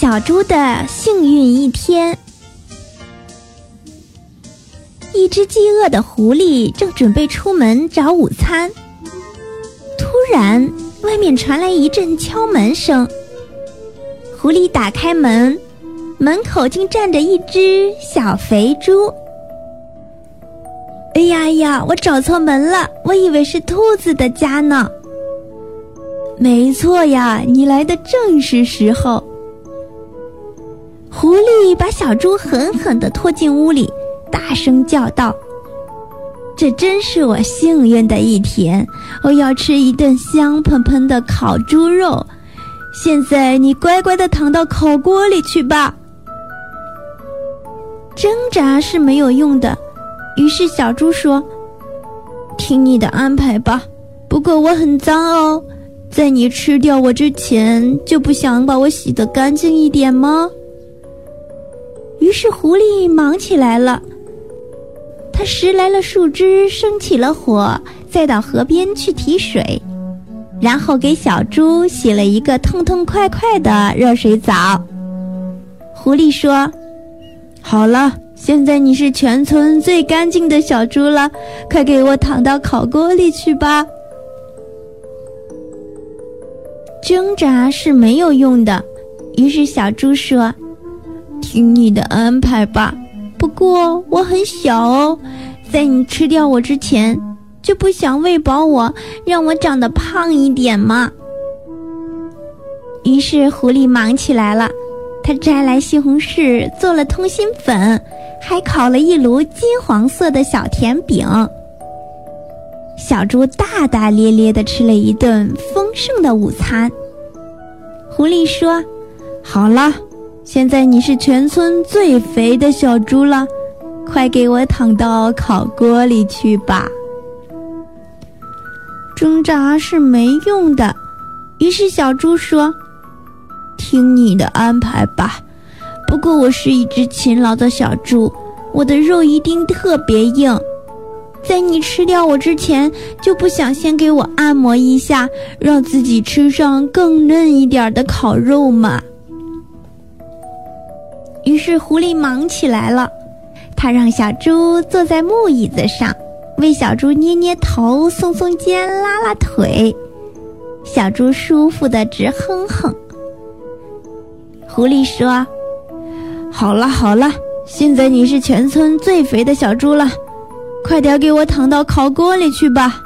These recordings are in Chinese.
小猪的幸运一天。一只饥饿的狐狸正准备出门找午餐，突然外面传来一阵敲门声。狐狸打开门，门口竟站着一只小肥猪。哎呀，我找错门了，我以为是兔子的家呢。没错呀，你来的正是时候。狐狸把小猪狠狠地拖进屋里，大声叫道：这真是我幸运的一天，我要吃一顿香喷喷的烤猪肉，现在你乖乖地躺到烤锅里去吧。挣扎是没有用的，于是小猪说：听你的安排吧，不过我很脏哦，在你吃掉我之前，就不想把我洗得干净一点吗？于是狐狸忙起来了，他拾来了树枝，生起了火，再到河边去提水，然后给小猪洗了一个痛痛快快的热水澡。狐狸说：好了，现在你是全村最干净的小猪了，快给我躺到烤锅里去吧。挣扎是没有用的，于是小猪说：听你的安排吧，不过我很小哦，在你吃掉我之前，就不想喂饱我，让我长得胖一点吗？于是狐狸忙起来了，他摘来西红柿，做了通心粉，还烤了一炉金黄色的小甜饼。小猪大大咧咧地吃了一顿丰盛的午餐。狐狸说：好了，现在你是全村最肥的小猪了，快给我躺到烤锅里去吧。挣扎是没用的，于是小猪说：听你的安排吧，不过我是一只勤劳的小猪，我的肉一定特别硬，在你吃掉我之前，就不想先给我按摩一下，让自己吃上更嫩一点的烤肉嘛。于是狐狸忙起来了，他让小猪坐在木椅子上，为小猪捏捏头，松松肩，拉拉腿。小猪舒服地直哼哼。狐狸说：好了，现在你是全村最肥的小猪了，快点给我躺到烤锅里去吧。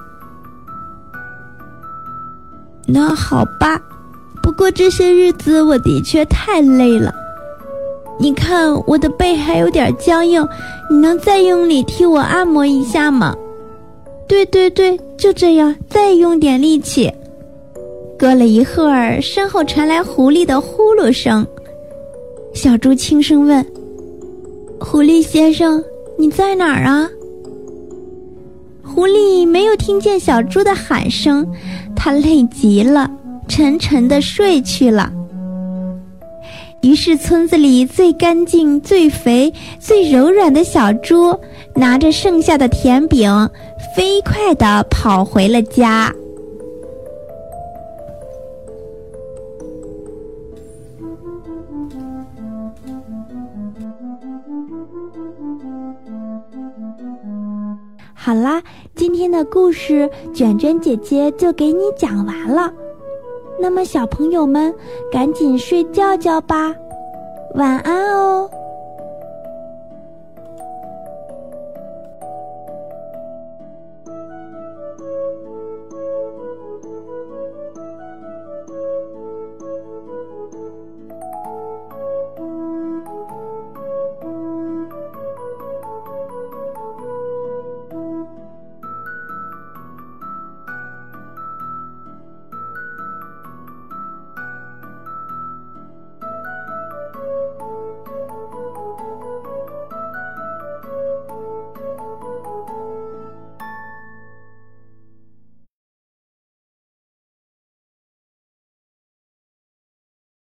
那好吧，不过这些日子我的确太累了，你看我的背还有点僵硬，你能再用力替我按摩一下吗？对，就这样，再用点力气。过了一会儿，身后传来狐狸的呼噜声。小猪轻声问：狐狸先生，你在哪儿啊？狐狸没有听见小猪的喊声，它累极了，沉沉地睡去了。于是村子里最干净、最肥、最柔软的小猪拿着剩下的甜饼，飞快地跑回了家。好啦，今天的故事卷卷姐姐就给你讲完了。那么小朋友们，赶紧睡觉觉吧，晚安哦。